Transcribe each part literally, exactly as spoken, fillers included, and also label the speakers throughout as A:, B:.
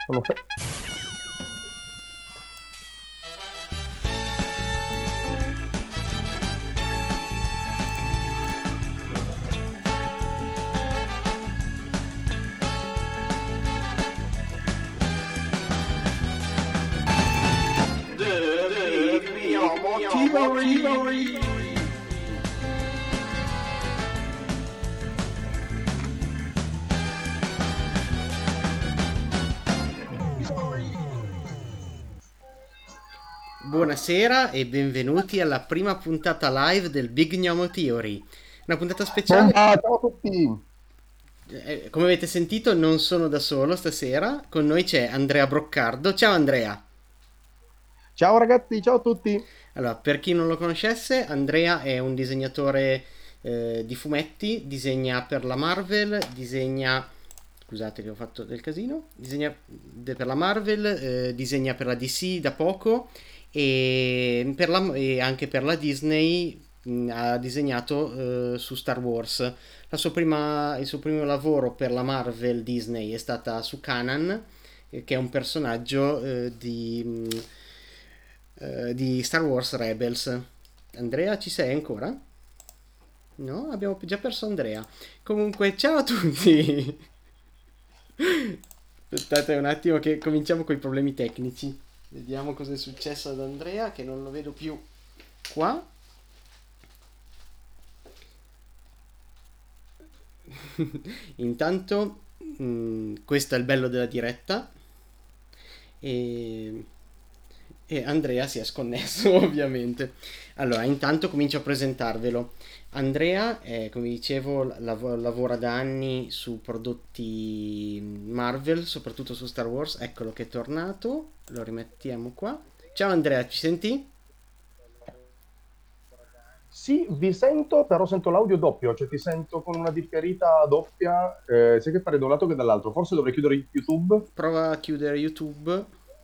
A: Sono fe-
B: Buonasera e benvenuti alla prima puntata live del Big Gnomo Theory. Una puntata speciale.
A: Bomba, ciao a tutti!
B: Eh, come avete sentito, non sono da solo stasera. Con noi c'è Andrea Broccardo. Ciao Andrea.
A: Ciao ragazzi, ciao a tutti!
B: Allora, per chi non lo conoscesse, Andrea è un disegnatore eh, di fumetti, disegna per la Marvel, disegna. Scusate che ho fatto del casino. Disegna de- per la Marvel, eh, disegna per la D C da poco e, per la- e anche per la Disney mh, ha disegnato eh, su Star Wars. La sua prima- il suo primo lavoro per la Marvel Disney è stata su Kanan, eh, che è un personaggio eh, di, mh, eh, di Star Wars Rebels. Andrea, ci sei ancora? No, abbiamo già perso Andrea. Comunque, ciao a tutti! Aspettate un attimo che cominciamo con i problemi tecnici. Vediamo cosa è successo ad Andrea, che non lo vedo più qua. Intanto, mh, questo è il bello della diretta. E, e Andrea si è sconnesso, ovviamente. Allora, intanto comincio a presentarvelo. Andrea, è, come dicevo, lav- lavora da anni su prodotti Marvel, soprattutto su Star Wars. Eccolo che è tornato. Lo rimettiamo qua. Ciao Andrea, ci senti?
A: Sì, vi sento, però sento l'audio doppio, cioè ti sento con una differita doppia, eh, sia che pare da un lato che dall'altro. Forse dovrei chiudere YouTube.
B: Prova a chiudere YouTube.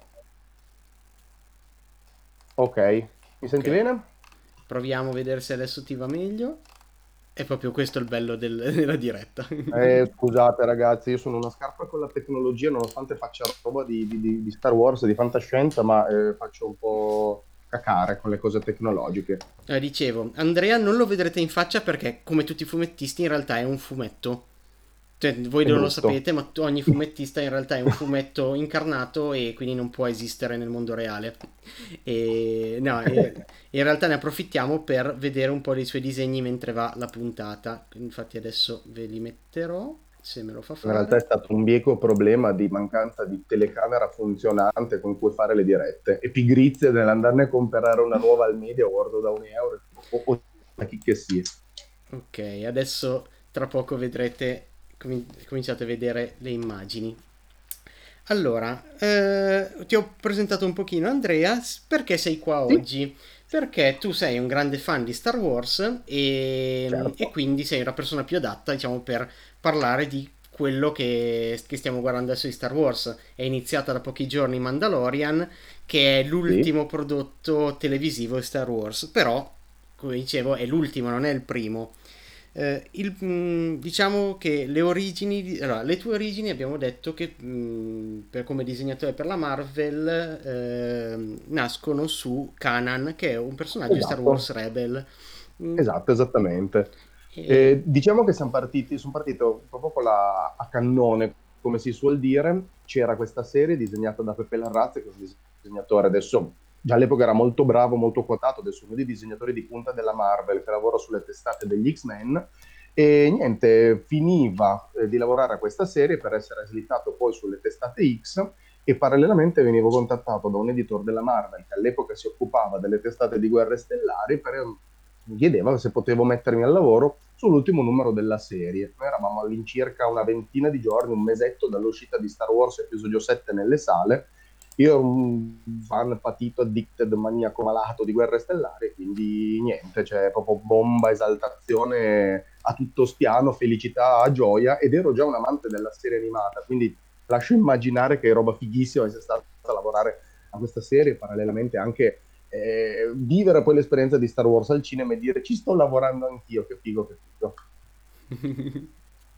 A: Ok, mi senti
B: Ok,
A: bene?
B: proviamo a vedere se adesso ti va meglio. È proprio questo il bello del- della diretta.
A: Eh, scusate ragazzi, io sono una scarpa con la tecnologia, nonostante faccia roba di, di- di- di Star Wars e di fantascienza, ma eh, faccio un po' cacare con le cose tecnologiche.
B: Eh, dicevo, Andrea non lo vedrete in faccia perché, come tutti i fumettisti, in realtà è un fumetto. Cioè, voi
A: È
B: non lo
A: brutto.
B: sapete, ma ogni fumettista in realtà è un fumetto incarnato e quindi non può esistere nel mondo reale. E no, e- in realtà ne approfittiamo per vedere un po' dei suoi disegni mentre va la puntata. Infatti adesso ve li metterò, se me lo fa
A: In realtà è
B: fare.
A: stato un bieco problema di mancanza di telecamera funzionante con cui fare le dirette e pigrizia nell'andarne a comprare una nuova al Media World da un euro o, o da chi che sia.
B: Ok, adesso tra poco vedrete, comin- cominciate a vedere le immagini. Allora, eh, ti ho presentato un pochino Andrea, s- perché sei qua
A: Sì,
B: oggi? Perché tu sei un grande fan di Star Wars e, e
A: certo.
B: quindi sei la persona più adatta, diciamo, per parlare di quello che, che stiamo guardando adesso di Star Wars. È iniziata da pochi giorni Mandalorian, che è
A: Sì,
B: l'ultimo prodotto televisivo di Star Wars, però, come dicevo, è l'ultimo, non è il primo. Eh, il, mh, diciamo che le origini, di- allora, le tue origini abbiamo detto che mh, per, come disegnatore per la Marvel ehm, nascono su Kanan, che è un personaggio di Star Wars
A: esatto,
B: Rebel. Mm,
A: esatto, esattamente.
B: e-
A: Eh, diciamo che siamo partiti, sono partito proprio con la, a cannone, come si suol dire. C'era questa serie disegnata da Peppe Larrazzi, che è un disegnatore adesso, già all'epoca era molto bravo, molto quotato, adesso è uno dei disegnatori di punta della Marvel, che lavora sulle testate degli X-Men. E niente, finiva eh, di lavorare a questa serie per essere slittato poi sulle testate X e parallelamente venivo contattato da un editor della Marvel che all'epoca si occupava delle testate di Guerre Stellari per mi chiedeva se potevo mettermi al lavoro sull'ultimo numero della serie. Noi eravamo all'incirca una ventina di giorni, un mesetto dall'uscita di Star Wars episodio sette nelle sale. Io ero un fan patito, addicted, maniaco malato di Guerre Stellari, quindi niente, c'è proprio bomba, esaltazione a tutto spiano, felicità a gioia, ed ero già un amante della serie animata, quindi lascio immaginare che è roba fighissima sia stata a lavorare a questa serie, parallelamente anche eh, vivere poi l'esperienza di Star Wars al cinema e dire ci sto lavorando anch'io, che figo, che figo.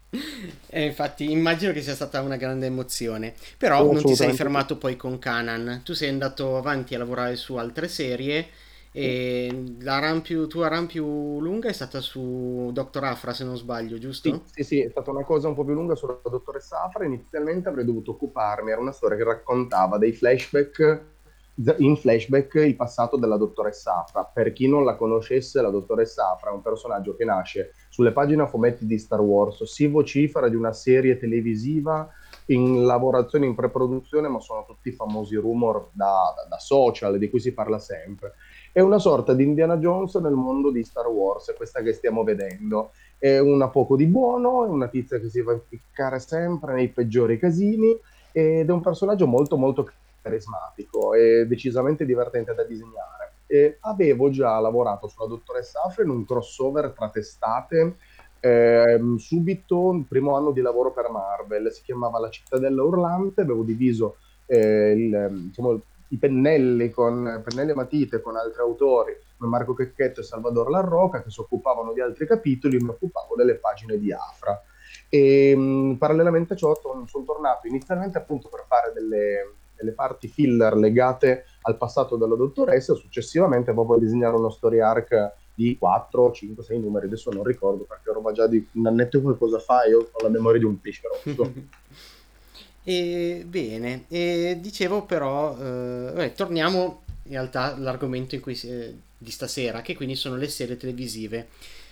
B: E infatti immagino che sia stata una grande emozione. Però
A: Oh,
B: non ti sei
A: assolutamente sì.
B: fermato poi con Kanan. Tu sei andato avanti a lavorare su altre serie e la run più, tua run più lunga è stata su Doctor Afra, se non sbaglio,
A: Sì,
B: giusto?
A: sì, sì, è stata una cosa un po' più lunga sulla dottoressa Afra. Inizialmente avrei dovuto occuparmi, era una storia che raccontava dei flashback, in flashback il passato della dottoressa Afra. Per chi non la conoscesse, la dottoressa Afra è un personaggio che nasce sulle pagine a fumetti di Star Wars, si vocifera di una serie televisiva in lavorazione, in pre-produzione, ma sono tutti famosi rumor da, da da social, di cui si parla sempre. È una sorta di Indiana Jones nel mondo di Star Wars, è questa che stiamo vedendo. È una poco di buono, è una tizia che si va a impiccare sempre nei peggiori casini ed è un personaggio molto molto carismatico e decisamente divertente da disegnare. E avevo già lavorato sulla dottoressa Afra in un crossover tra testate, ehm, subito il primo anno di lavoro per Marvel, si chiamava La Cittadella Urlante, avevo diviso eh, il, diciamo, i pennelli con pennelli e matite con altri autori come Marco Checchetto e Salvador Larroca, che si occupavano di altri capitoli, mi occupavo delle pagine di Afra. E mh, parallelamente a ciò to- sono tornato inizialmente appunto per fare delle, delle parti filler legate al passato della dottoressa, successivamente proprio a disegnare uno story arc di quattro, cinque, sei numeri, adesso non ricordo perché ero già di un annetto e qualcosa fa, io ho la memoria di un pesce rosso.
B: E bene, e dicevo però, eh, vabbè, torniamo in realtà all'argomento in cui si- eh, di stasera, che quindi sono le serie televisive.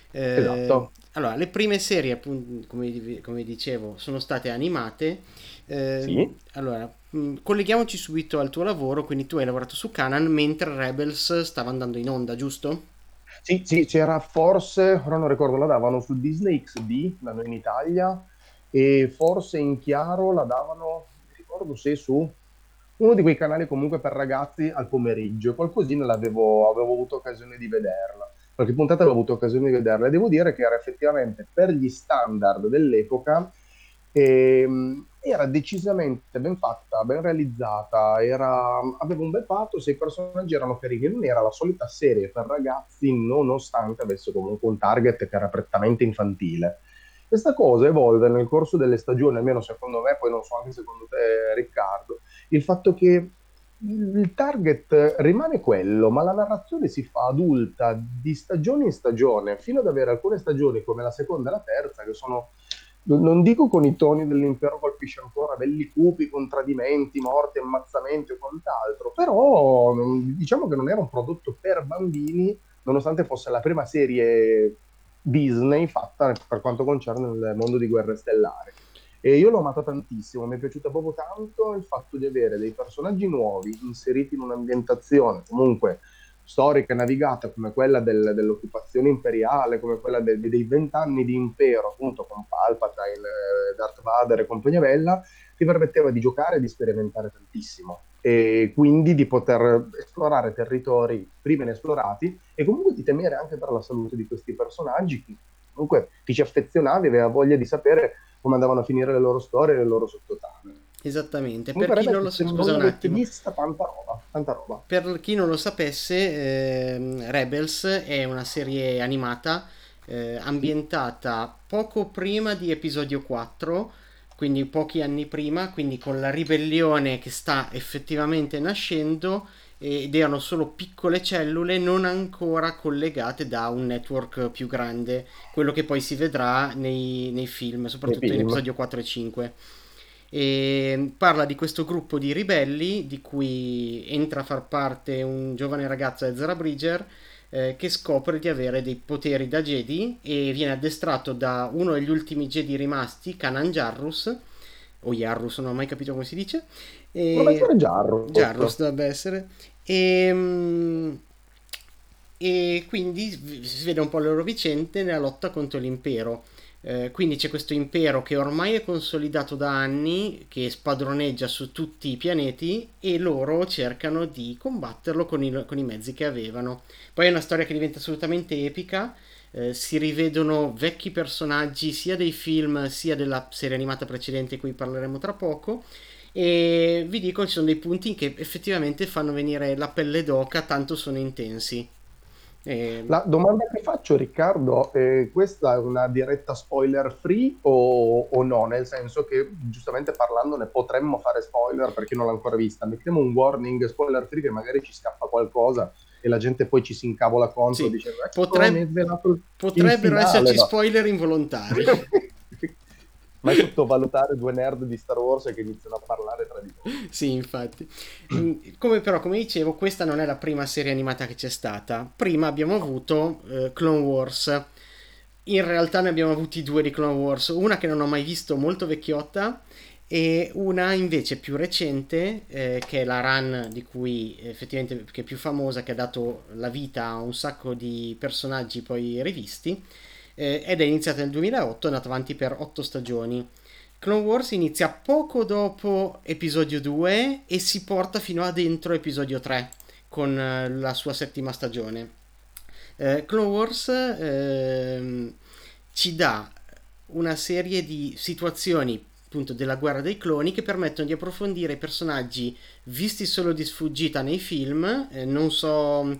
B: Eh,
A: Esatto.
B: allora, le prime serie, appunto, come, di- come dicevo, sono state animate. Eh,
A: Sì.
B: allora, mh, colleghiamoci subito al tuo lavoro, quindi tu hai lavorato su Canan mentre Rebels stava andando in onda, giusto?
A: Sì, sì, c'era forse, ora non ricordo, la davano su Disney X D da noi in Italia e forse in chiaro la davano, non mi ricordo se su uno di quei canali comunque per ragazzi al pomeriggio, qualcosina l'avevo, avevo avuto occasione di vederla, qualche puntata avevo avuto occasione di vederla e devo dire che era effettivamente per gli standard dell'epoca, ehm, era decisamente ben fatta, ben realizzata, era- aveva un bel pathos e i personaggi erano carini, non era la solita serie per ragazzi nonostante avesse comunque un target che era prettamente infantile. Questa cosa evolve nel corso delle stagioni, almeno secondo me, poi non so anche secondo te Riccardo, il fatto che il target rimane quello, ma la narrazione si fa adulta di stagione in stagione, fino ad avere alcune stagioni come la seconda e la terza, che sono, non dico con i toni dell'impero colpisce ancora, belli cupi, con tradimenti, morti, ammazzamenti o quant'altro, però diciamo che non era un prodotto per bambini, nonostante fosse la prima serie Disney fatta per quanto concerne il mondo di Guerre Stellari. E io l'ho amata tantissimo, mi è piaciuta proprio tanto il fatto di avere dei personaggi nuovi inseriti in un'ambientazione comunque storica e navigata come quella del- dell'occupazione imperiale, come quella de- dei vent'anni di impero, appunto con Palpatine, eh, Darth Vader e compagnia bella, ti permetteva di giocare e di sperimentare tantissimo e quindi di poter esplorare territori prima inesplorati e comunque di temere anche per la salute di questi personaggi. Comunque ti ci affezionavi, aveva voglia di sapere come andavano a finire le loro storie e le loro sottotrame.
B: Esattamente. Per
A: Comunque,
B: chi non
A: Rebels,
B: lo
A: se
B: sa,
A: non
B: scusa un
A: l'avete
B: attimo.
A: vista, tanta roba, tanta roba.
B: Per chi non lo sapesse, ehm, Rebels è una serie animata eh,
A: Sì,
B: ambientata poco prima di episodio quattro, quindi pochi anni prima, quindi con la ribellione che sta effettivamente nascendo ed erano solo piccole cellule non ancora collegate da un network più grande, quello che poi si vedrà nei, nei film,
A: nei
B: soprattutto in
A: film.
B: episodio quattro e cinque. E parla di questo gruppo di ribelli di cui entra a far parte un giovane ragazzo, Ezra Bridger, eh, che scopre di avere dei poteri da Jedi e viene addestrato da uno degli ultimi Jedi rimasti, Kanan Jarrus, o Jarrus, non ho mai capito come si dice,
A: Dovrebbe
B: e
A: essere Jarros.
B: Jarrus dovrebbe essere, e, mm, e quindi si vede un po' le loro vicende nella lotta contro l'impero. Eh, quindi c'è questo impero che ormai è consolidato da anni, che spadroneggia su tutti i pianeti e loro cercano di combatterlo con i, con i mezzi che avevano. Poi è una storia che diventa assolutamente epica. Eh, si rivedono vecchi personaggi sia dei film sia della serie animata precedente, di cui parleremo tra poco. E vi dico, ci sono dei punti che effettivamente fanno venire la pelle d'oca, tanto sono intensi. E...
A: La domanda che faccio, Riccardo, è questa è una diretta spoiler free o, o no? Nel senso che giustamente parlando ne potremmo fare spoiler per chi non l'ha ancora vista. Mettiamo un warning spoiler free che magari ci scappa qualcosa e la gente poi ci si incavola contro
B: Sì,
A: dicendo ecco mi
B: potreb-
A: hai svelato il, il
B: potrebbero
A: finale.
B: esserci
A: No.
B: spoiler involontari.
A: Mai sottovalutare due nerd di Star Wars che iniziano a parlare tra di loro.
B: Sì, infatti. Mm, Come però, come dicevo, questa non è la prima serie animata che c'è stata. Prima abbiamo avuto eh, Clone Wars. In realtà ne abbiamo avuti due di Clone Wars, una che non ho mai visto, molto vecchiotta, e una invece più recente, eh, che è la run di cui effettivamente che è più famosa, che ha dato la vita a un sacco di personaggi poi rivisti, eh, ed è iniziata nel duemilaotto, è andata avanti per otto stagioni. Clone Wars inizia poco dopo episodio due e si porta fino a dentro episodio tre con eh, la sua settima stagione. Eh, Clone Wars ehm, ci dà una serie di situazioni appunto della guerra dei cloni che permettono di approfondire i personaggi visti solo di sfuggita nei film. Eh, non so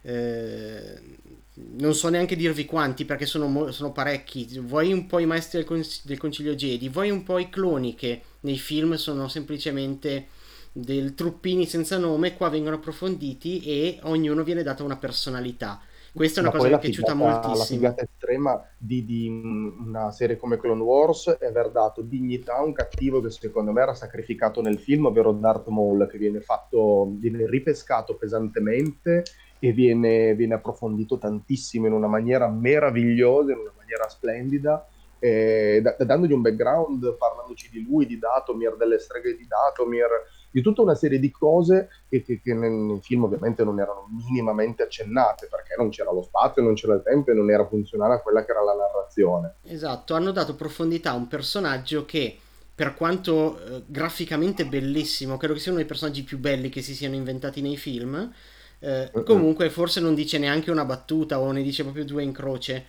B: eh, non so neanche dirvi quanti perché sono, mo- sono parecchi. Vuoi un po' i maestri del, cons- del Concilio Jedi, vuoi un po' i cloni che nei film sono semplicemente del truppini senza nome, qua vengono approfonditi e ognuno viene data una personalità. Questa è una
A: Ma
B: cosa
A: poi
B: che mi
A: la
B: è piaciuta
A: figata, la
B: moltissimo.
A: figata estrema di, di una serie come Clone Wars è aver dato dignità a un cattivo che secondo me era sacrificato nel film, ovvero Darth Maul, che viene fatto, viene ripescato pesantemente e viene, viene approfondito tantissimo in una maniera meravigliosa, in una maniera splendida, eh, da- dandogli un background, parlandoci di lui, di Datomir, delle streghe di Datomir, di tutta una serie di cose che, che- che nel, nel film ovviamente non erano minimamente accennate, perché non c'era lo spazio, non c'era il tempo e non era funzionale a quella che era la narrazione.
B: Esatto, hanno dato profondità a un personaggio che, per quanto eh, graficamente bellissimo, credo che sia uno dei personaggi più belli che si siano inventati nei film. eh,
A: Mm-mm.
B: comunque, forse non dice neanche una battuta o ne dice proprio due in croce.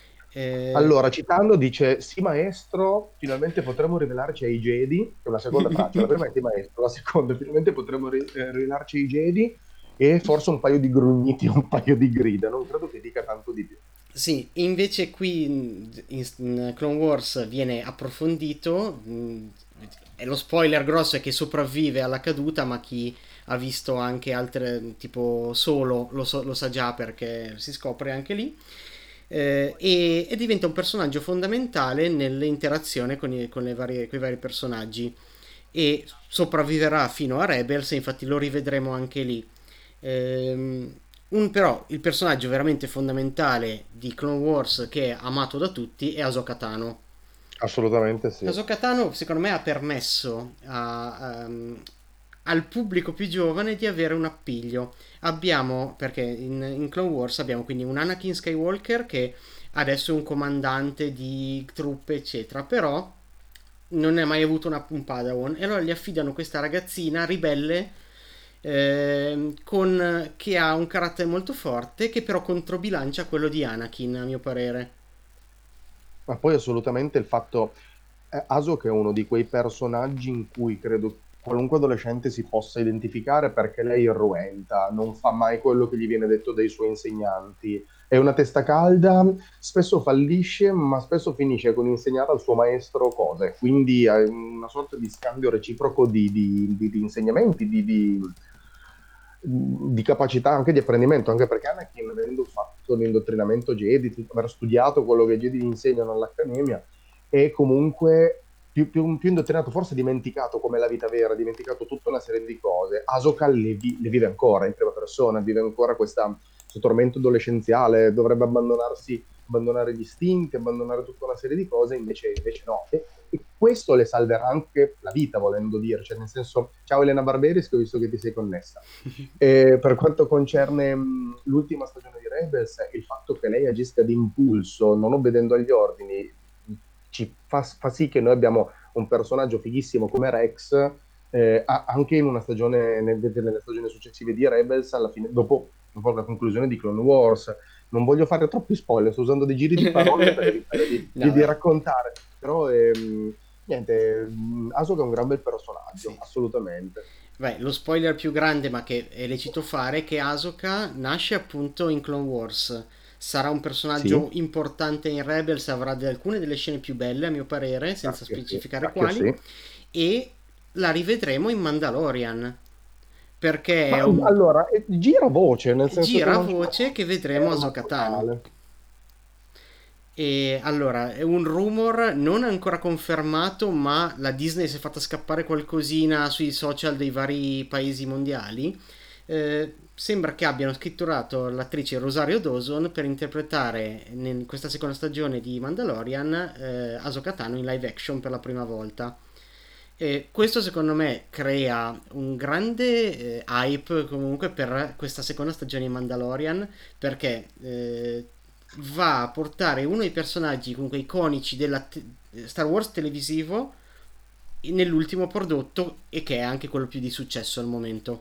B: Eh,
A: Allora, citando, dice: Sì, maestro, finalmente potremo rivelarci ai Jedi. È una seconda frase. La prima è: Sì, maestro. La seconda, finalmente potremo ri- eh, rivelarci ai Jedi. E forse un paio di grugniti, un paio di grida. Non credo che dica tanto di più.
B: Sì, invece qui in, in Clone Wars viene approfondito. mh, E lo spoiler grosso è che sopravvive alla caduta, ma chi ha visto anche altre, tipo Solo, lo, so- lo sa già perché si scopre anche lì. Eh, e, e diventa un personaggio fondamentale nell'interazione con i, con le varie- con i vari personaggi. E sopravviverà fino a Rebels, e infatti lo rivedremo anche lì. Ehm, un, però il personaggio veramente fondamentale di Clone Wars che è amato da tutti è Ahsoka Tano.
A: Assolutamente sì.
B: Ahsoka Tano secondo me ha permesso a- ehm, al pubblico più giovane di avere un appiglio. Abbiamo, perché in, in Clone Wars abbiamo quindi un Anakin Skywalker che adesso è un comandante di truppe eccetera, però non ha mai avuto una, un Padawan e allora gli affidano questa ragazzina ribelle ehm, con, che ha un carattere molto forte che però controbilancia quello di Anakin a mio parere.
A: Ma poi assolutamente il fatto, eh, Ahsoka è uno di quei personaggi in cui credo qualunque adolescente si possa identificare perché lei è irruenta, non fa mai quello che gli viene detto dai suoi insegnanti, è una testa calda, spesso fallisce, ma spesso finisce con insegnare al suo maestro cose, quindi è una sorta di scambio reciproco di, di- di- di insegnamenti, di, di- di capacità anche di apprendimento, anche perché Anakin, avendo fatto l'indottrinamento Jedi, tutto- aver studiato quello che i Jedi gli insegnano all'Accademia, è comunque più, più, più indottrinato, forse dimenticato come la vita vera, ha dimenticato tutta una serie di cose. Ahsoka le, vi- le vive ancora in prima persona, vive ancora questa- questo tormento adolescenziale, dovrebbe abbandonarsi, abbandonare gli istinti, abbandonare tutta una serie di cose, invece, invece no. E, e questo le salverà anche la vita, volendo dire, cioè nel senso, ciao Elena Barberis, che ho visto che ti sei connessa. E per quanto concerne mh, l'ultima stagione di Rebels, il fatto che lei agisca d'impulso, non obbedendo agli ordini, ci fa, fa sì che noi abbiamo un personaggio fighissimo come Rex, eh, a- anche in una stagione, nel- nelle stagioni successive di Rebels, alla fine, dopo, dopo la conclusione di Clone Wars. Non voglio fare troppi spoiler, sto usando dei giri di parole per evitare di,
B: No,
A: di- di
B: beh,
A: raccontare, però ehm, niente, mh, Ahsoka è un gran bel personaggio,
B: sì.
A: assolutamente.
B: beh, lo spoiler più grande, ma che è lecito fare, è che Ahsoka nasce appunto in Clone Wars. Sarà un personaggio
A: Sì,
B: importante in Rebels, avrà de- alcune delle scene più belle, a mio parere, senza
A: cacchio sì,
B: specificare
A: cacchio
B: quali,
A: sì.
B: e la rivedremo in Mandalorian, perché
A: Ma
B: è un
A: allora, eh, gira voce, nel senso che
B: gira
A: non c'è
B: voce che vedremo
A: conferma
B: Ahsoka Tano.
A: totale.
B: E allora, è un rumor non ancora confermato, ma la Disney si è fatta scappare qualcosina sui social dei vari paesi mondiali. Eh, sembra che abbiano scritturato l'attrice Rosario Dawson per interpretare in questa seconda stagione di Mandalorian eh, Ahsoka Tano in live action per la prima volta. E questo secondo me crea un grande eh, hype comunque per questa seconda stagione di Mandalorian, perché eh, va a portare uno dei personaggi comunque iconici della te- Star Wars televisivo nell'ultimo prodotto, e che è anche quello più di successo al momento.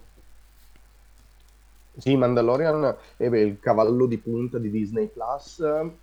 A: Sì, Mandalorian è beh, il cavallo di punta di Disney Plus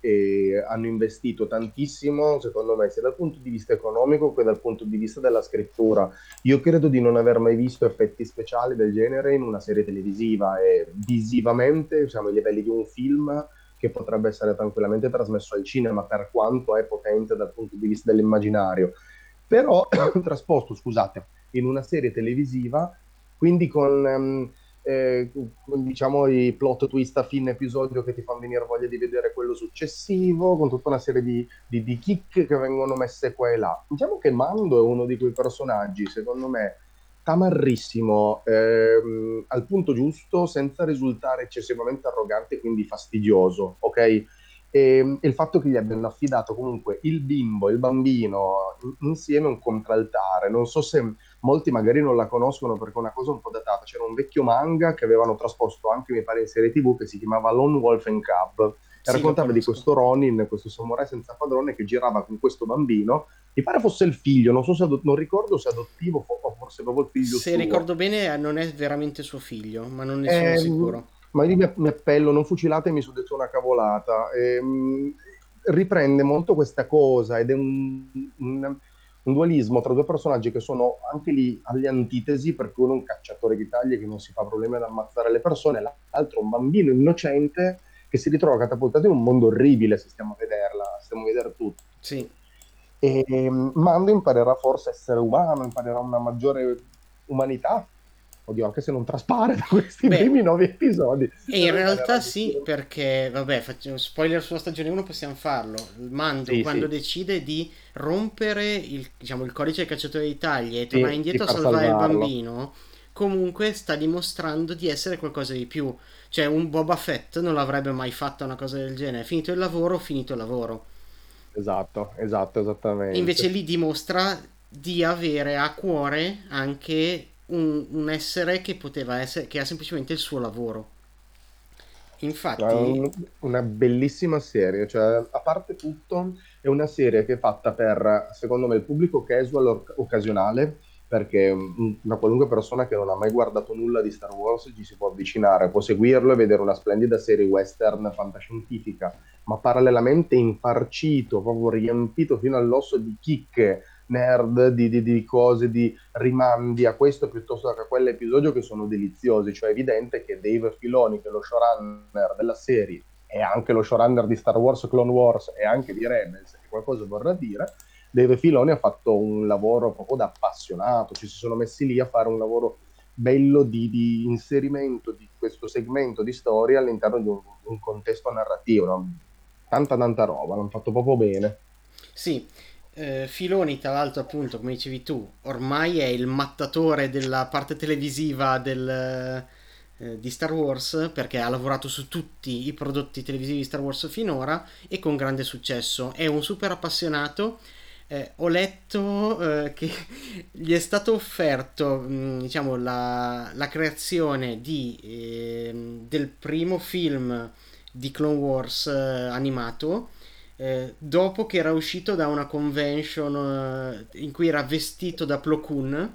A: e hanno investito tantissimo, secondo me, sia dal punto di vista economico che dal punto di vista della scrittura. Io credo di non aver mai visto effetti speciali del genere in una serie televisiva e visivamente siamo ai livelli di un film che potrebbe essere tranquillamente trasmesso al cinema per quanto è potente dal punto di vista dell'immaginario. Però trasposto, scusate, in una serie televisiva, quindi con... ehm, eh, con, diciamo i plot twist a fine episodio che ti fanno venire voglia di vedere quello successivo, con tutta una serie di, di, di kick che vengono messe qua e là. Diciamo che Mando è uno di quei personaggi, secondo me, tamarrissimo, ehm, al punto giusto, senza risultare eccessivamente arrogante e quindi fastidioso, ok? E il fatto che gli abbiano affidato comunque il bimbo e il bambino in- insieme è un contraltare. Non so se molti magari non la conoscono perché è una cosa un po' datata. C'era un vecchio manga che avevano trasposto anche, mi pare, in serie T V che si chiamava Lone Wolf and Cub e
B: Sì, lo
A: raccontava di
B: conosco.
A: questo Ronin, questo samurai senza padrone che girava con questo bambino. Mi pare fosse il figlio, non so se adot- non ricordo se adottivo o forse proprio il figlio
B: Se
A: suo.
B: ricordo bene, non è veramente suo figlio, ma non ne sono
A: Ehm,
B: sicuro.
A: ma io mi, mi appello, non fucilatemi su detto una cavolata. Ehm, riprende molto questa cosa ed è un, un- un dualismo tra due personaggi che sono anche lì alle antitesi, perché uno è un cacciatore di taglie che non si fa problemi ad ammazzare le persone, l'altro è un bambino innocente che si ritrova catapultato in un mondo orribile, se stiamo a vederla, stiamo a vedere tutto.
B: Sì.
A: E ehm, Mando imparerà forse a essere umano, imparerà una maggiore umanità. Oddio, anche se non traspare da questi
B: Beh,
A: primi nove episodi,
B: e in
A: però imparerà a
B: realtà sì,
A: gestire.
B: perché, vabbè, facciamo spoiler sulla stagione uno, possiamo farlo. Il Mando,
A: Sì,
B: quando
A: sì,
B: decide di rompere il, diciamo, il codice del cacciatore di taglie e tornare
A: sì, di
B: indietro a
A: far
B: salvare il
A: salvarlo.
B: bambino, comunque sta dimostrando di essere qualcosa di più. Cioè, un Boba Fett non l'avrebbe mai fatta una cosa del genere. Finito il lavoro, finito il lavoro.
A: Esatto, esatto,
B: Invece
A: esattamente.
B: lì dimostra di avere a cuore anche un, un essere che poteva essere, che ha semplicemente il suo lavoro.
A: È
B: Infatti,
A: un- una bellissima serie, cioè, a parte tutto, è una serie che è fatta per, secondo me, il pubblico casual or- occasionale, perché mm, una qualunque persona che non ha mai guardato nulla di Star Wars ci si può avvicinare, può seguirlo e vedere una splendida serie western fantascientifica, ma parallelamente infarcito, proprio riempito fino all'osso di chicche, nerd, di, di di cose, di rimandi a questo piuttosto che a quell'episodio che sono deliziosi. Cioè è evidente che Dave Filoni, che è lo showrunner della serie, e anche lo showrunner di Star Wars Clone Wars e anche di Rebels, che qualcosa vorrà dire, Dave Filoni ha fatto un lavoro proprio da appassionato, ci si sono messi lì a fare un lavoro bello di, di inserimento di questo segmento di storia all'interno di un, un contesto narrativo, no? Tanta tanta roba, l'hanno fatto proprio bene.
B: sì, eh, Filoni, tra l'altro, appunto, come dicevi tu, ormai è il mattatore della parte televisiva del, eh, di Star Wars, perché ha lavorato su tutti i prodotti televisivi di Star Wars finora e con grande successo. È un super appassionato. Eh, ho letto eh, che gli è stato offerto, mh, diciamo, la, la creazione di, ehm, del primo film di Clone Wars eh, animato, eh, dopo che era uscito da una convention eh, in cui era vestito da Plo Koon,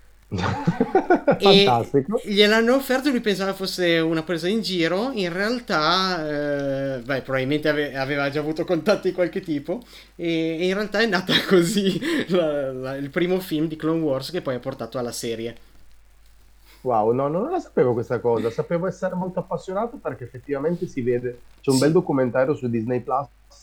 B: e
A: Fantastico.
B: gliel'hanno offerto, lui pensava fosse una presa in giro, in realtà eh, beh, probabilmente ave- aveva già avuto contatti di qualche tipo, e, e in realtà è nata così la- la- il primo film di Clone Wars che poi ha portato alla serie.
A: Wow, no, non la sapevo questa cosa, sapevo essere molto appassionato perché effettivamente si vede, c'è un bel
B: Sì,
A: documentario su Disney Plus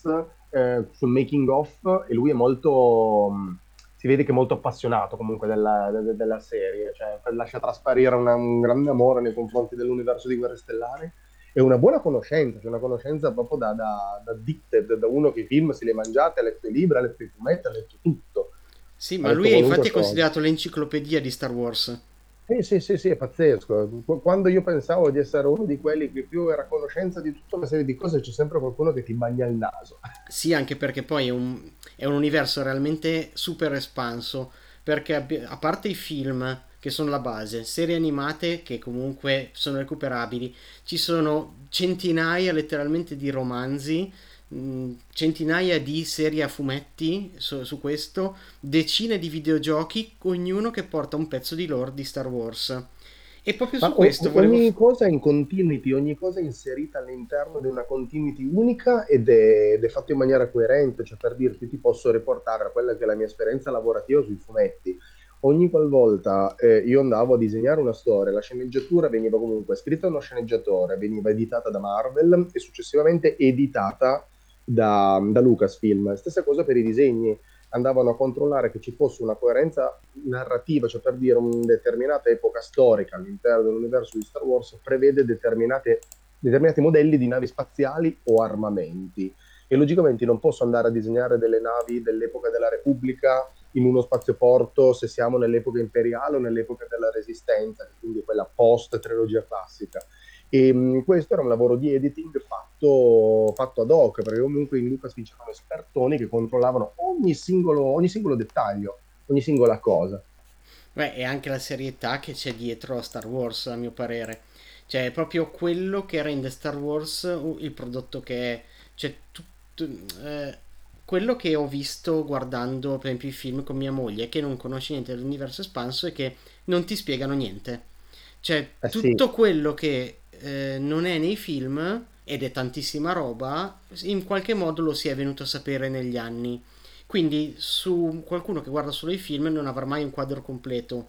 A: eh, sul making of e lui è molto, mh, si vede che è molto appassionato comunque della, de- della serie, cioè lascia trasparire una- un grande amore nei confronti dell'universo di Guerre Stellari e una buona conoscenza, cioè una conoscenza proprio da, da, da addicted, da uno che i film si li è mangiati, ha letto i libri, ha letto i fumetti, ha letto tutto,
B: sì,
A: ha
B: ma
A: letto
B: lui è infatti
A: qualunque
B: è
A: cosa.
B: considerato l'enciclopedia di Star Wars.
A: Sì, sì, sì, sì, è pazzesco. Qu- Quando io pensavo di essere uno di quelli che più era a conoscenza di tutta una serie di cose, c'è sempre qualcuno che ti bagna il naso.
B: Sì, anche perché poi è un, è un universo realmente super espanso, perché abbi- a parte i film che sono la base, serie animate che comunque sono recuperabili, ci sono centinaia letteralmente di romanzi, mh, centinaia di serie a fumetti su, su questo, decine di videogiochi, ognuno che porta un pezzo di lore di Star Wars. E proprio su
A: Ma o-
B: questo volevo...
A: ogni
B: f-
A: cosa è in continuity, ogni cosa è inserita all'interno di una continuity unica ed è, ed è fatto in maniera coerente, cioè per dirti ti posso riportare a quella che è la mia esperienza lavorativa sui fumetti. Ogni qualvolta eh, io andavo a disegnare una storia, la sceneggiatura veniva comunque scritta da uno sceneggiatore, veniva editata da Marvel e successivamente editata da, da Lucasfilm. Stessa cosa per i disegni, andavano a controllare che ci fosse una coerenza narrativa, cioè per dire una determinata epoca storica all'interno dell'universo di Star Wars prevede determinate, determinati modelli di navi spaziali o armamenti. E logicamente non posso andare a disegnare delle navi dell'epoca della Repubblica in uno spazioporto se siamo nell'epoca imperiale o nell'epoca della Resistenza, quindi quella post trilogia classica. E mh, questo era un lavoro di editing fatto, fatto ad hoc, perché comunque in Lucasfilm c'erano espertoni che controllavano ogni singolo, ogni singolo dettaglio, ogni singola cosa.
B: Beh, e anche la serietà che c'è dietro a Star Wars, a mio parere. Cioè, è proprio quello che rende Star Wars uh, il prodotto che è. Cioè, tutto, eh, quello che ho visto guardando, per esempio, i film con mia moglie, che non conosce niente dell'universo espanso, è che non ti spiegano niente. Cioè,
A: Eh sì,
B: tutto quello che eh, non è nei film, ed è tantissima roba, in qualche modo lo si è venuto a sapere negli anni. Quindi su qualcuno che guarda solo i film non avrà mai un quadro completo.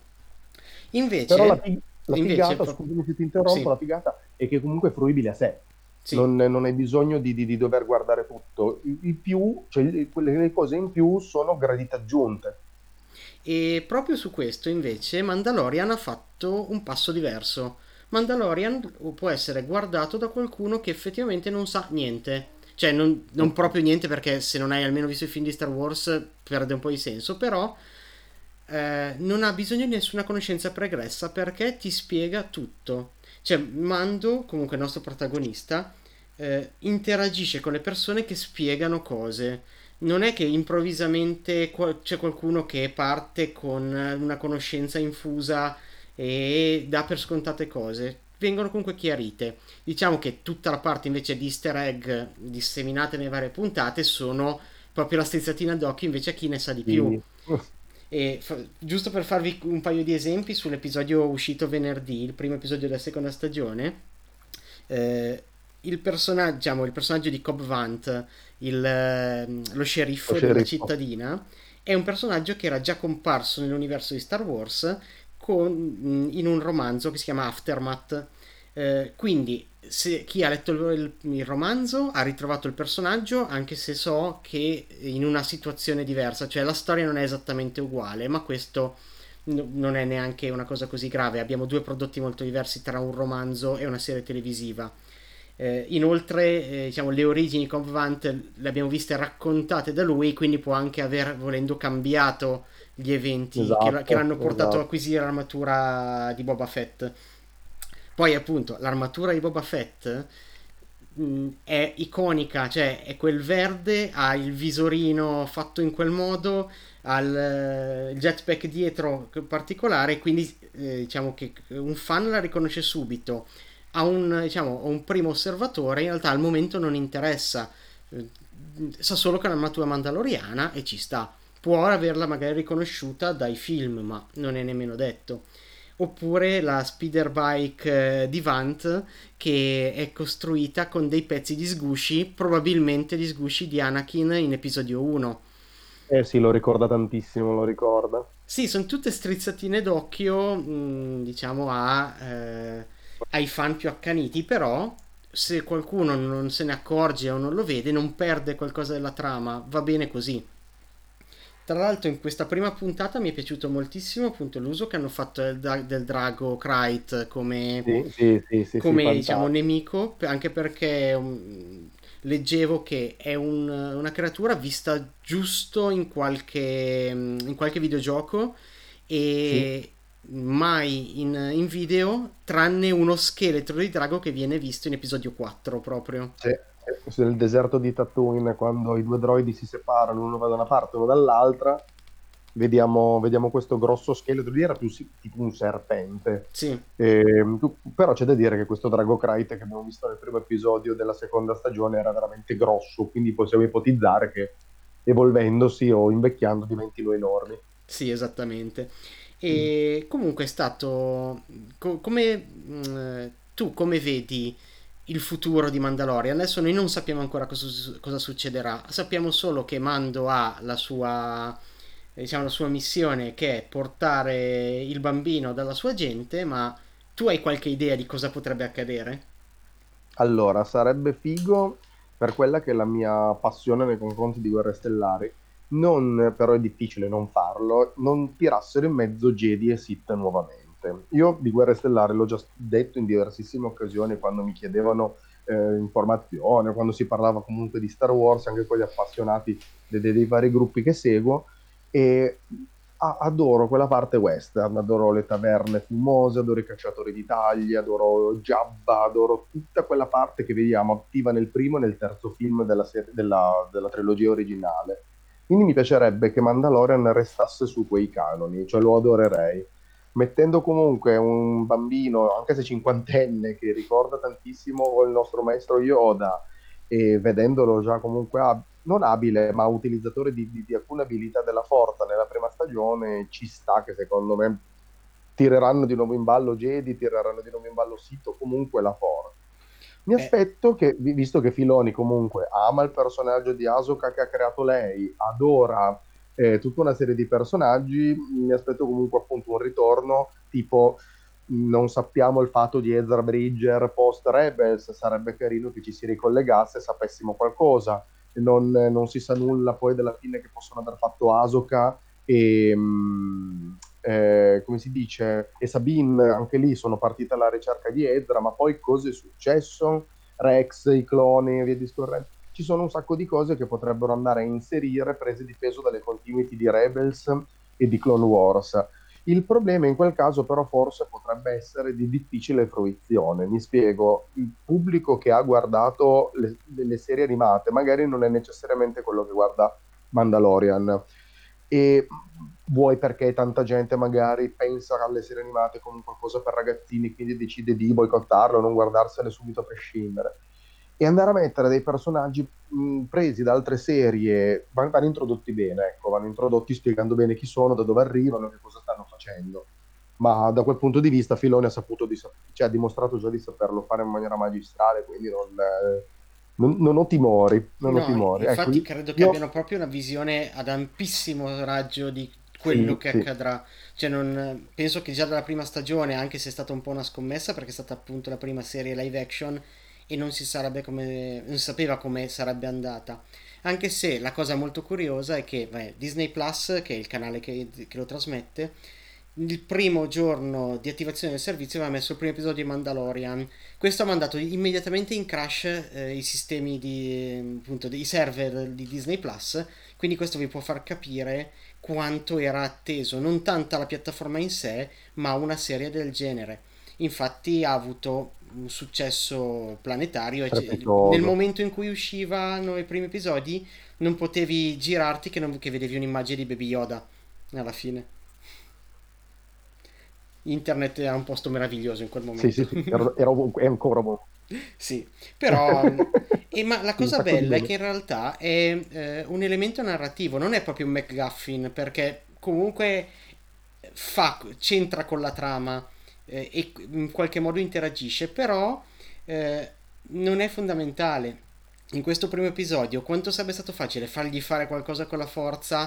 A: però la,
B: Invece,
A: fig- la
B: invece,
A: figata,
B: pro-
A: scusami se ti interrompo,
B: sì,
A: la figata è che comunque è fruibile a sé.
B: sì.
A: Non, non hai bisogno di, di- di dover guardare tutto. I, i più, cioè le- quelle le cose in più sono gradite aggiunte.
B: E proprio su questo, invece, Mandalorian ha fatto un passo diverso. Mandalorian può essere guardato da qualcuno che effettivamente non sa niente. Cioè, non, non
A: Ok.
B: proprio niente, perché se non hai almeno visto i film di Star Wars perde un po' di senso, però eh, non ha bisogno di nessuna conoscenza pregressa perché ti spiega tutto. Cioè, Mando, comunque il nostro protagonista, eh, interagisce con le persone che spiegano cose. Non è che improvvisamente qua- c'è qualcuno che parte con una conoscenza infusa e dà per scontate cose. Vengono comunque chiarite. Diciamo che tutta la parte invece di easter egg disseminate nelle varie puntate sono proprio la strizzatina d'occhio invece a chi ne sa di più.
A: Sì.
B: E fa- giusto per farvi un paio di esempi sull'episodio uscito venerdì, il primo episodio della seconda stagione, eh, il personaggio, diciamo, il personaggio di Cobb Vanth, il, ehm, lo
A: Lo
B: sceriffo della
A: sceriffo.
B: cittadina, è un personaggio che era già comparso nell'universo di Star Wars con- in un romanzo che si chiama Aftermath. Eh, quindi, se chi ha letto il, il romanzo ha ritrovato il personaggio, anche se so che in una situazione diversa, cioè la storia non è esattamente uguale, ma questo no- non è neanche una cosa così grave. Abbiamo due prodotti molto diversi tra un romanzo e una serie televisiva. Eh, inoltre, eh, diciamo, le origini di Cobb Vanth le abbiamo viste raccontate da lui, quindi può anche aver, volendo, cambiato gli eventi che, che
A: Esatto,
B: l'hanno portato a
A: esatto.
B: acquisire l'armatura di Boba Fett. Poi, appunto, l'armatura di Boba Fett mh, è iconica, cioè è quel verde, ha il visorino fatto in quel modo, ha il eh, il jetpack dietro particolare, quindi eh, diciamo che un fan la riconosce subito. A un, diciamo, a un primo osservatore in realtà al momento non interessa, eh, sa solo che è un'armatura mandaloriana e ci sta. Può averla magari riconosciuta dai film, ma non è nemmeno detto. Oppure la speeder bike eh, di Vant che è costruita con dei pezzi di sgusci, probabilmente gli sgusci di Anakin in episodio uno.
A: Eh sì, lo ricorda tantissimo, lo ricorda.
B: Sì, sono tutte strizzatine d'occhio, mh, diciamo, a, eh, ai fan più accaniti, però se qualcuno non se ne accorge o non lo vede, non perde qualcosa della trama, va bene così. Tra l'altro in questa prima puntata mi è piaciuto moltissimo appunto l'uso che hanno fatto del, dra- del drago Krayt come,
A: Sì, sì, sì, sì, sì,
B: come diciamo
A: fantastico.
B: nemico, anche perché um, leggevo che è un- una creatura vista giusto in qualche, in qualche videogioco
A: Sì,
B: e mai in, in video, tranne uno scheletro di drago che viene visto in episodio quattro proprio.
A: sì, sì, nel deserto di Tatooine, quando i due droidi si separano, uno va da una parte e uno dall'altra, vediamo, vediamo questo grosso scheletro, lì era più si- tipo un serpente.
B: Sì.
A: Ehm, tu- però c'è da dire che questo Drago Krayt che abbiamo visto nel primo episodio della seconda stagione era veramente grosso, quindi possiamo ipotizzare che evolvendosi o invecchiando diventino enormi.
B: Sì, esattamente.
A: Mm.
B: E comunque è stato co- come mh, tu come vedi il futuro di Mandalorian? Adesso noi non sappiamo ancora cosa, su- cosa succederà, sappiamo solo che Mando ha la sua, diciamo, la sua missione che è portare il bambino dalla sua gente, ma tu hai qualche idea di cosa potrebbe accadere?
A: Allora, sarebbe figo per quella che è la mia passione nei confronti di Guerre Stellari. Non, però è difficile non farlo, non tirassero in mezzo Jedi e Sith nuovamente. Io di Guerre Stellari l'ho già detto in diversissime occasioni quando mi chiedevano eh, informazioni, o quando si parlava comunque di Star Wars, anche con gli appassionati dei, dei vari gruppi che seguo, e a- adoro quella parte western, adoro le taverne fumose, adoro i cacciatori di taglie, adoro Jabba, adoro tutta quella parte che vediamo attiva nel primo e nel terzo film della, ser- della- della trilogia originale. Quindi mi piacerebbe che Mandalorian restasse su quei canoni, cioè lo adorerei. Mettendo comunque un bambino, anche se cinquantenne, che ricorda tantissimo il nostro maestro Yoda, e vedendolo già comunque ab- non abile, ma utilizzatore di, di- di alcune abilità della forza nella prima stagione, ci sta che secondo me tireranno di nuovo in ballo Jedi, tireranno di nuovo in ballo Sith o comunque la forza. Mi
B: Beh,
A: aspetto che, vi- visto che Filoni comunque ama il personaggio di Asuka che ha creato lei, adora eh, tutta una serie di personaggi, mi aspetto comunque appunto un ritorno tipo non sappiamo il fatto di Ezra Bridger post Rebels, sarebbe carino che ci si ricollegasse e sapessimo qualcosa. Non, non si sa nulla poi della fine che possono aver fatto Ahsoka e, mh, eh, come si dice, e Sabine, anche lì sono partita alla ricerca di Ezra, ma poi cosa è successo? Rex, i cloni e via discorrendo. Ci sono un sacco di cose che potrebbero andare a inserire prese di peso dalle continuity di Rebels e di Clone Wars. Il problema in quel caso però forse potrebbe essere di difficile fruizione. Mi spiego, il pubblico che ha guardato le, le serie animate magari non è necessariamente quello che guarda Mandalorian e vuoi perché tanta gente magari pensa alle serie animate come qualcosa per ragazzini, quindi decide di boicottarlo, non guardarsene subito a prescindere. E andare a mettere dei personaggi mh, presi da altre serie, van- vanno introdotti bene, ecco, vanno introdotti spiegando bene chi sono, da dove arrivano, che cosa stanno facendo. Ma da quel punto di vista Filone ha saputo di sap- cioè, ha dimostrato già di saperlo fare in maniera magistrale, quindi non, eh, non- non ho timori, non ho
B: no,
A: timori. Ecco,
B: infatti
A: io,
B: credo che
A: io-
B: abbiano proprio una visione ad ampissimo raggio di quello
A: sì,
B: che
A: sì.
B: accadrà. Cioè, non, penso che già dalla prima stagione, anche se è stata un po' una scommessa, perché è stata appunto la prima serie live action e non si sarebbe come, non si sapeva come sarebbe andata. Anche se la cosa molto curiosa è che beh, Disney Plus, che è il canale che, che lo trasmette, il primo giorno di attivazione del servizio aveva messo il primo episodio di Mandalorian. Questo ha mandato immediatamente in crash eh, i sistemi di, appunto, dei server di Disney Plus, quindi questo vi può far capire quanto era atteso non tanta la piattaforma in sé, ma una serie del genere. Infatti ha avuto un successo planetario e c- nel
A: Strepitoso.
B: momento in cui uscivano i primi episodi non potevi girarti che, non, che vedevi un'immagine di Baby Yoda alla fine. Internet era un posto meraviglioso in quel
A: Sì, sì,
B: momento.
A: sì, era, era ovunque, è ancora ovunque.
B: Sì, però e ma la
A: Sì, un
B: cosa
A: sacco di
B: bella è che
A: meme.
B: in realtà è eh, un elemento narrativo, non è proprio un MacGuffin, perché comunque fa, c'entra con la trama eh, e in qualche modo interagisce, però eh, non è fondamentale. In questo primo episodio, quanto sarebbe stato facile fargli fare qualcosa con la forza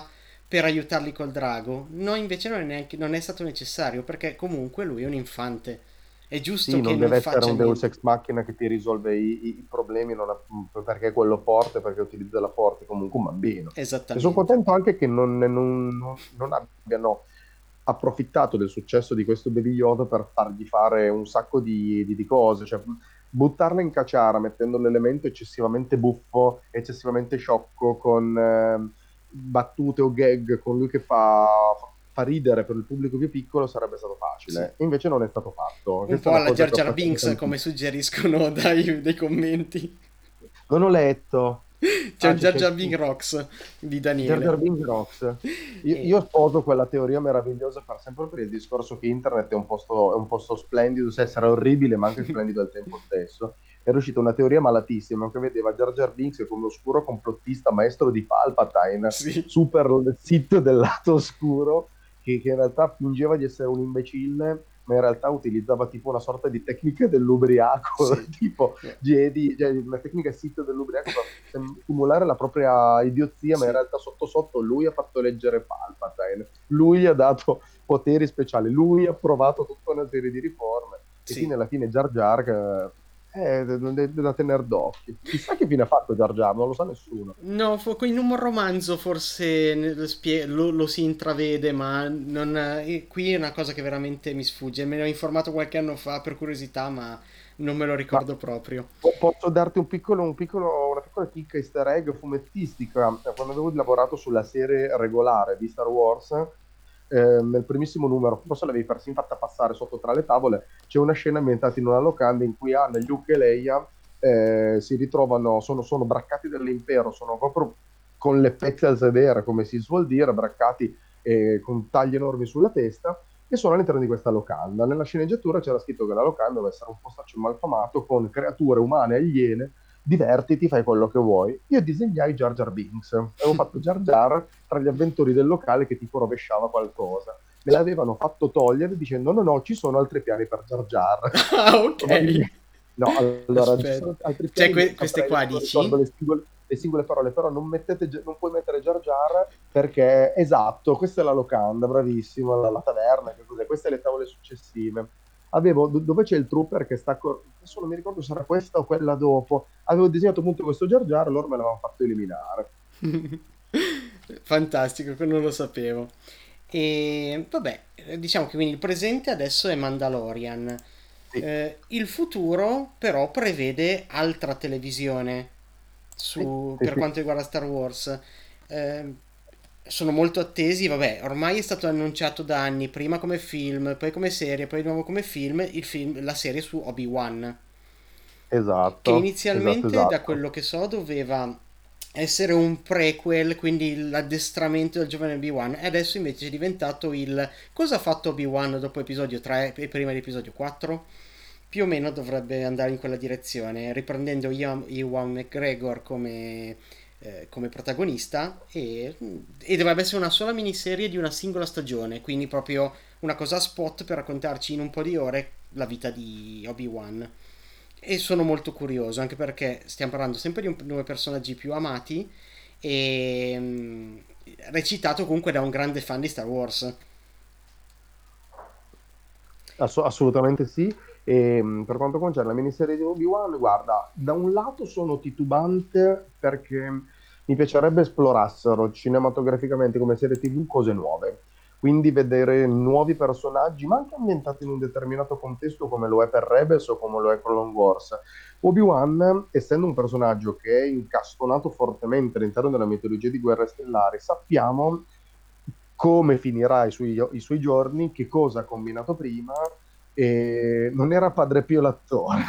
B: per aiutarli col drago. No, invece non è, neanche, non è stato necessario, perché comunque lui è un infante. È giusto
A: Sì,
B: che
A: non
B: non
A: deve essere
B: faccia
A: un Deus
B: niente.
A: Ex Machina che ti risolve i, i- i problemi non ha- perché è quello forte, perché utilizza la forza, è comunque un bambino. E sono
B: Esattamente.
A: contento anche che non, non- non- non abbiano approfittato del successo di questo Baby Yoda per fargli fare un sacco di, di- di cose, cioè buttarla in caciara mettendo l'elemento eccessivamente buffo, eccessivamente sciocco, con eh, battute o gag, con lui che fa, fa ridere per il pubblico più piccolo sarebbe stato
B: Sì.
A: facile. E invece non è stato fatto.
B: Un
A: Questa
B: po'
A: è una
B: alla
A: cosa
B: Jar
A: che ho
B: Jar
A: apprezzato
B: Binks, come
A: tantissimo.
B: suggeriscono dai, dai commenti.
A: Non ho letto.
B: C'è
A: Ah,
B: un
A: c'è,
B: Jar
A: c'è
B: Jar
A: il
B: Binks Rocks di
A: Jar
B: Daniele.
A: Jar Binks Rocks. Io,
B: E...
A: io sposo quella teoria meravigliosa per sempre per il discorso che internet è un posto, è un posto splendido, sa essere orribile ma anche splendido al tempo stesso. Era uscita una teoria malatissima che vedeva Jar Jar Binks come oscuro complottista maestro di Palpatine,
B: Sì,
A: super Sith del lato oscuro, che, che in realtà fingeva di essere un imbecille, ma in realtà utilizzava tipo una sorta di tecnica dell'ubriaco,
B: sì.
A: tipo Jedi, cioè una tecnica Sith dell'ubriaco per sem- simulare la propria idiozia, ma in
B: Sì,
A: realtà sotto sotto lui ha fatto leggere Palpatine, lui ha dato poteri speciali, lui ha approvato tutta una serie di riforme e
B: sì.
A: quindi alla fine Jar Jar eh, è è da tenere d'occhio. Chissà che fine ha fatto Jar Jar, non lo sa nessuno.
B: No, fo- in un romanzo forse ne- spie- lo, lo si intravede, ma non, eh, qui è una cosa che veramente mi sfugge. Me ne ho informato qualche anno fa per curiosità, ma non me lo
A: Ma
B: ricordo proprio.
A: po- posso darti un piccolo, un piccolo, una piccola chicca easter egg fumettistica. Quando avevo lavorato sulla serie regolare di Star Wars, eh, nel primissimo numero, forse l'avevi persino fatta passare sotto tra le tavole, c'è una scena ambientata in una locanda in cui Anna, Luke e Leia eh, si ritrovano, sono, sono braccati dall'impero, sono proprio con le pezze al sedere, come si suol dire, braccati eh, con tagli enormi sulla testa e sono all'interno di questa locanda. Nella sceneggiatura c'era scritto che la locanda deve essere un postaccio malfamato con creature umane e aliene, divertiti, fai quello che vuoi. Io disegnai Jar Jar Binks, avevo fatto Jar Jar tra gli avventori del locale che tipo rovesciava qualcosa. Me l'avevano fatto togliere dicendo no, no, ci sono altri piani per Jar Jar.
B: Ah, ok.
A: Probabilmente... No, allora, ci
B: Aspetta.
A: sono altri
B: Cioè,
A: piani, non
B: que- queste
A: saprei,
B: qua
A: non ricordo
B: dici?
A: le singole, le singole parole, però non, mettete, non puoi mettere Jar Jar perché, esatto, questa è la locanda, bravissimo, la, la taverna, che cos'è? Queste le tavole successive. Avevo, do- dove c'è il trooper che sta, cor- adesso non mi ricordo se era questa o quella dopo, avevo disegnato appunto questo Jar Jar, loro me l'avevano fatto eliminare.
B: Fantastico, che non lo sapevo. E vabbè, eh, diciamo che quindi il presente adesso è Mandalorian.
A: Sì,
B: Eh, il futuro però prevede altra televisione
A: sì,
B: su-
A: sì,
B: per
A: sì.
B: quanto riguarda Star Wars. Eh, sono molto attesi, vabbè, ormai è stato annunciato da anni, prima come film, poi come serie, poi di nuovo come film, il film, la serie su Obi-Wan che
A: Esatto, esatto,
B: inizialmente, da
A: esatto.
B: quello che so, doveva essere un prequel, quindi l'addestramento del giovane Obi-Wan, e adesso invece è diventato il... Cosa ha fatto Obi-Wan dopo episodio tre e prima di episodio quattro? Più o meno dovrebbe andare in quella direzione, riprendendo Ian- Ewan McGregor come, eh, come protagonista e, e dovrebbe essere una sola miniserie di una singola stagione, quindi proprio una cosa a spot per raccontarci in un po' di ore la vita di Obi-Wan. E sono molto curioso, anche perché stiamo parlando sempre di un, uno dei personaggi più amati e mm, recitato comunque da un grande fan di Star Wars.
A: Ass- assolutamente sì. E, mh, per quanto concerne la miniserie di Obi-Wan, guarda, da un lato sono titubante perché mi piacerebbe esplorassero cinematograficamente come serie T V cose nuove. Quindi vedere nuovi personaggi, ma anche ambientati in un determinato contesto come lo è per Rebels o come lo è Clone Wars. Obi-Wan, essendo un personaggio che è incastonato fortemente all'interno della mitologia di Guerre Stellari, sappiamo come finirà i suoi, i suoi giorni, che cosa ha combinato prima, e non era Padre Pio l'attore.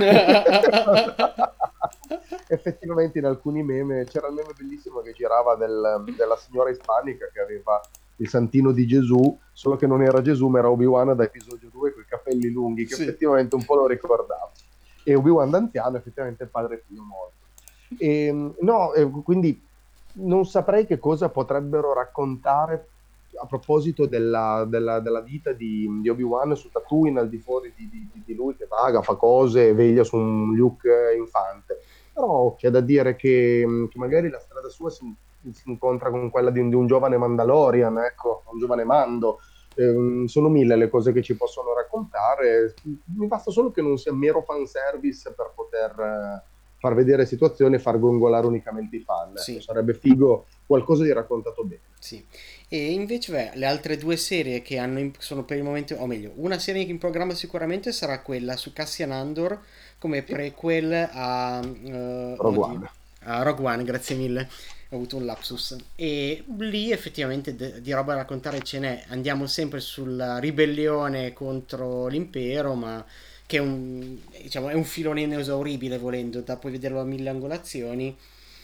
A: Effettivamente in alcuni meme c'era il meme bellissimo che girava del- della signora ispanica che aveva il santino di Gesù, solo che non era Gesù, ma era Obi-Wan da episodio due con i capelli lunghi, che
B: Sì.
A: effettivamente un po' lo ricordava. E Obi-Wan d'anziano effettivamente è il Padre Pio molto. E, no, eh, quindi non saprei che cosa potrebbero raccontare a proposito della, della- della vita di, di Obi-Wan su Tatooine, al di fuori di, di- di lui che vaga, fa cose, veglia su un Luke infante. Però c'è da dire che, che magari la strada sua si, si incontra con quella di un, di un giovane Mandalorian, ecco, un giovane Mando. Ehm, sono mille le cose che ci possono raccontare, mi basta solo che non sia mero fanservice per poter eh, far vedere situazioni e far gongolare unicamente i fan. Ecco,
B: Sì.
A: sarebbe figo qualcosa di raccontato bene.
B: Sì, e invece beh, le altre due serie che hanno in- sono per il momento, o meglio, una serie in programma sicuramente sarà quella su Cassian Andor come
A: Sì,
B: prequel a, eh,
A: Rogue
B: oddio,
A: One.
B: a Rogue One, grazie mille, ho avuto un lapsus. E lì effettivamente de- di roba da raccontare ce n'è, andiamo sempre sulla ribellione contro l'impero, ma che è un, diciamo, è un filone inesauribile volendo, da puoi vederlo a mille angolazioni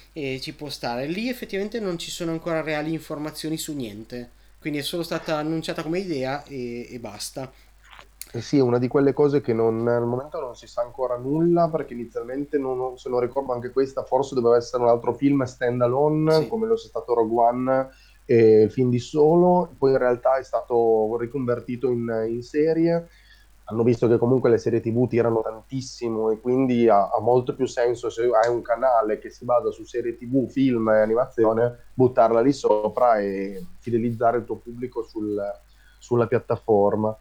B: e ci può stare. Lì effettivamente non ci sono ancora reali informazioni su niente, quindi è solo stata annunciata come idea e, e basta.
A: Eh sì, è una di quelle cose che non, al momento non si sa ancora nulla, perché inizialmente, non, ho- se non ricordo anche questa, forse doveva essere un altro film stand-alone,
B: Sì,
A: come lo sia stato Rogue One, eh, il film di solo, poi in realtà è stato riconvertito in, in serie. Hanno visto che comunque le serie T V tirano tantissimo e quindi ha, ha molto più senso, se hai un canale che si basa su serie T V, film e animazione, buttarla lì sopra e fidelizzare il tuo pubblico sul- sulla piattaforma.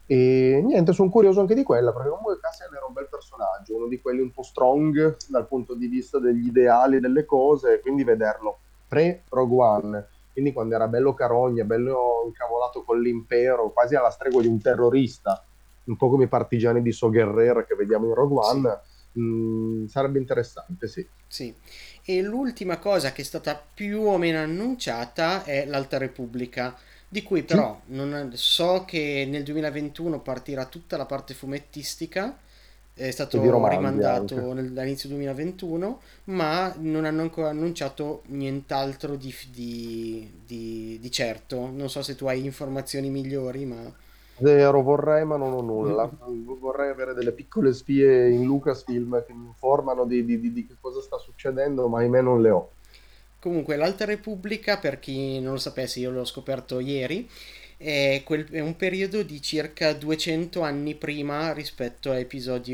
A: E niente, sono curioso anche di quella, perché comunque Cassian era un bel personaggio, uno di quelli un po' strong dal punto di vista degli ideali e delle cose, quindi vederlo pre-Rogue One, quindi quando era bello carogna, bello incavolato con l'impero, quasi alla stregua di un terrorista, un po' come i partigiani di So Guerrero che vediamo in Rogue
B: sì,
A: One, mh, sarebbe interessante, sì.
B: sì. E l'ultima cosa che è stata più o meno annunciata è l'Alta Repubblica, di cui
A: Sì,
B: però non so che nel duemilaventuno partirà tutta la parte fumettistica, è
A: e di
B: stato
A: romanzi anche.
B: rimandato nel- all'inizio duemilaventuno, ma non hanno ancora annunciato nient'altro di, di, di, di certo. Non so se tu hai informazioni migliori, ma...
A: Zero, vorrei ma non ho nulla. Vorrei avere delle piccole spie in Lucasfilm che mi informano di, di- di- di che cosa sta succedendo, ma ahimè non le ho.
B: Comunque, l'Alta Repubblica, per chi non lo sapesse, io l'ho scoperto ieri, è, quel- è un periodo di circa duecento anni prima rispetto a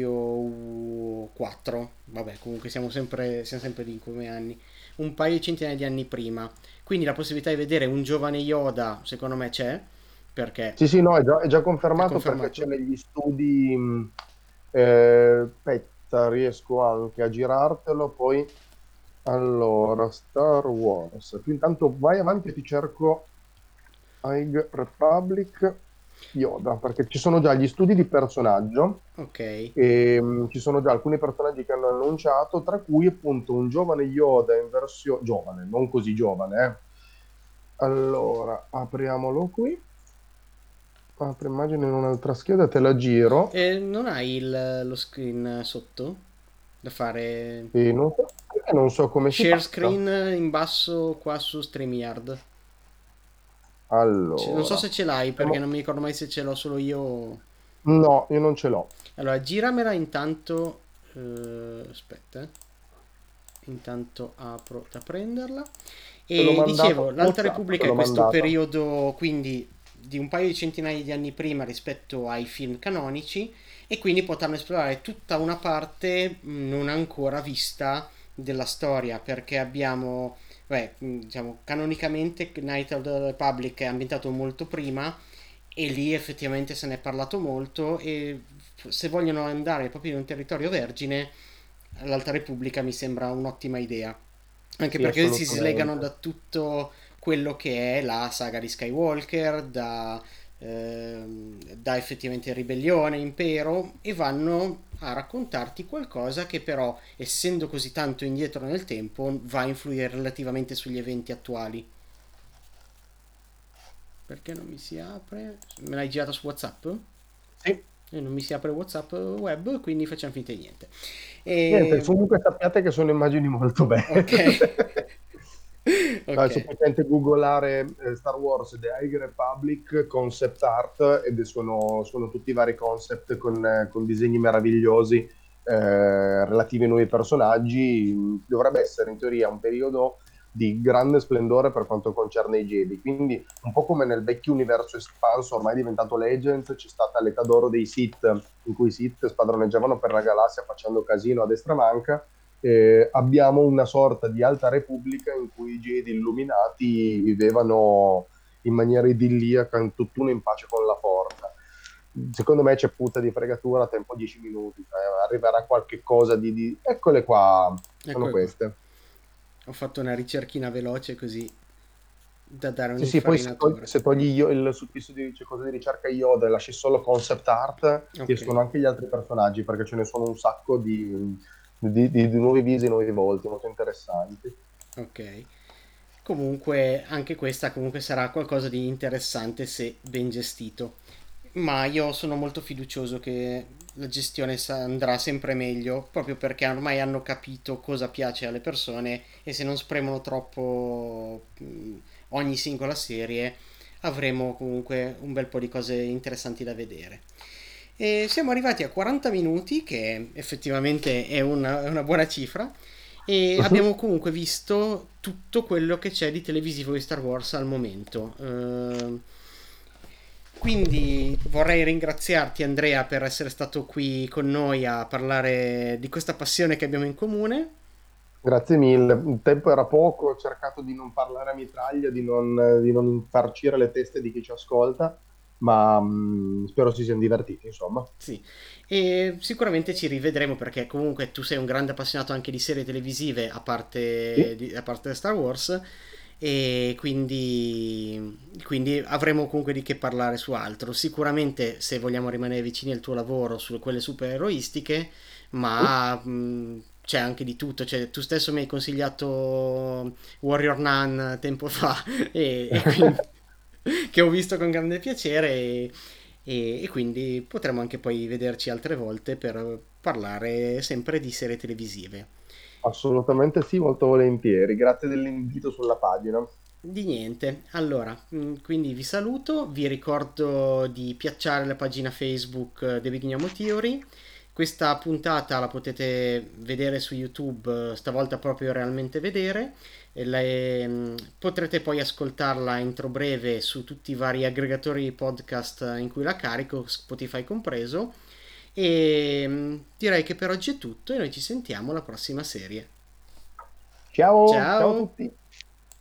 B: episodio quattro. Vabbè, comunque siamo sempre, siamo sempre lì come anni. Un paio di centinaia di anni prima. Quindi la possibilità di vedere un giovane Yoda, secondo me c'è, perché
A: Sì, sì, no, è già, è già
B: è
A: confermato perché c'è
B: confermato.
A: negli studi. Mh, eh, aspetta, riesco anche a girartelo. Poi, allora, Star Wars. Tu intanto vai avanti e ti cerco High Republic Yoda, perché ci sono già gli studi di personaggio.
B: Ok.
A: E, mh, ci sono già alcuni personaggi che hanno annunciato, tra cui appunto un giovane Yoda in versione giovane, non così giovane, eh. Allora, apriamolo qui. Apri immagine in un'altra scheda, te la giro.
B: E non hai il- lo screen sotto da fare
A: E non so, e non so come si
B: share
A: faccia.
B: screen in basso qua su StreamYard? Ce- Non so
A: Allora,
B: se ce l'hai perché
A: siamo-
B: non mi ricordo mai se ce l'ho solo io. o-
A: no, io non ce l'ho.
B: Allora, giramela intanto. eh, aspetta, eh. Intanto apro da prenderla.
A: Te l'ho
B: E
A: mandato
B: dicevo,
A: su
B: l'Alta
A: WhatsApp, te
B: Repubblica è
A: l'ho
B: questo
A: mandato.
B: periodo quindi di un paio di centinaia di anni prima rispetto ai film canonici e quindi potranno esplorare tutta una parte mh, non ancora vista della storia perché abbiamo, beh, mh, diciamo, canonicamente Night of the Republic è ambientato molto prima e lì effettivamente se ne è parlato molto e se vogliono andare proprio in un territorio vergine, l'Alta Repubblica mi sembra un'ottima idea. Anche
A: Sì,
B: perché si slegano
A: assolutamente.
B: da tutto quello che è la saga di Skywalker, da, ehm, da effettivamente ribellione, impero, e vanno a raccontarti qualcosa che però, essendo così tanto indietro nel tempo, va a influire relativamente sugli eventi attuali. Perché non mi si apre? Me l'hai girata su WhatsApp?
A: Sì,
B: E non mi si apre WhatsApp web, quindi facciamo finta di niente.
A: niente,
B: E...
A: comunque sappiate che sono immagini molto
B: Ok.
A: belle. No, è
B: Ok.
A: sufficiente googolare eh, Star Wars The High Republic concept art ed sono, sono tutti i vari concept con, eh, con disegni meravigliosi eh, relativi ai nuovi personaggi. Dovrebbe essere in teoria un periodo di grande splendore per quanto concerne i Jedi. Quindi, un po' come nel vecchio universo espanso, ormai diventato Legends, c'è stata l'età d'oro dei Sith, in cui i Sith spadroneggiavano per la galassia facendo casino a destra manca. eh, abbiamo una sorta di alta repubblica in cui i Jedi illuminati vivevano in maniera idilliaca, in tutt'uno in pace con la forza. Secondo me c'è punta di fregatura a tempo dieci minuti, cioè arriverà qualche cosa di, di... Eccole qua, sono
B: Ecco qua.
A: queste.
B: Ho fatto una ricerchina veloce così da dare
A: Sì, sì, poi se togli,
B: un'infarinatura.
A: se togli io, il suffisso di cioè, cosa di ricerca Yoda e lasci solo concept art, ti
B: Ok,
A: escono anche gli altri personaggi, perché ce ne sono un sacco di, di, di- di nuovi visi, nuovi volti, molto interessanti.
B: ok. Comunque, anche questa comunque sarà qualcosa di interessante se ben gestito. Ma io sono molto fiducioso che la gestione sa- andrà sempre meglio, proprio perché ormai hanno capito cosa piace alle persone e se non spremono troppo mh, ogni singola serie, avremo comunque un bel po' di cose interessanti da vedere. E siamo arrivati a quaranta minuti, che effettivamente è una, è una buona cifra, e
A: Mhm.
B: abbiamo comunque visto tutto quello che c'è di televisivo di Star Wars al momento. Ehm, quindi vorrei ringraziarti Andrea per essere stato qui con noi a parlare di questa passione che abbiamo in comune.
A: Grazie mille. Il tempo era poco, ho cercato di non parlare a mitraglia, di non, di non infarcire le teste di chi ci ascolta, ma mh, spero si siano divertiti, insomma.
B: Sì, e sicuramente ci rivedremo perché comunque tu sei un grande appassionato anche di serie televisive a parte,
A: Sì,
B: di, a parte Star Wars e quindi, quindi avremo comunque di che parlare su altro. Sicuramente se vogliamo rimanere vicini al tuo lavoro su quelle supereroistiche,
A: sì.
B: ma mh, c'è anche di tutto. Cioè, tu stesso mi hai consigliato Warrior Nun tempo fa e, e quindi che ho visto con grande piacere e, e- e quindi potremo anche poi vederci altre volte per parlare sempre di serie televisive.
A: Assolutamente sì, molto volentieri. Grazie dell'invito sulla pagina.
B: Di niente, allora, mh, quindi vi saluto, vi ricordo di piacciare la pagina Facebook eh, The Big Gnome Theory. Questa puntata la potete vedere su YouTube, eh, stavolta proprio realmente vedere. E le- mh, potrete poi ascoltarla entro breve su tutti i vari aggregatori di podcast in cui la carico, Spotify compreso. E mh, direi che per oggi è tutto e noi ci sentiamo alla prossima serie.
A: Ciao, ciao a
B: Ciao!
A: tutti.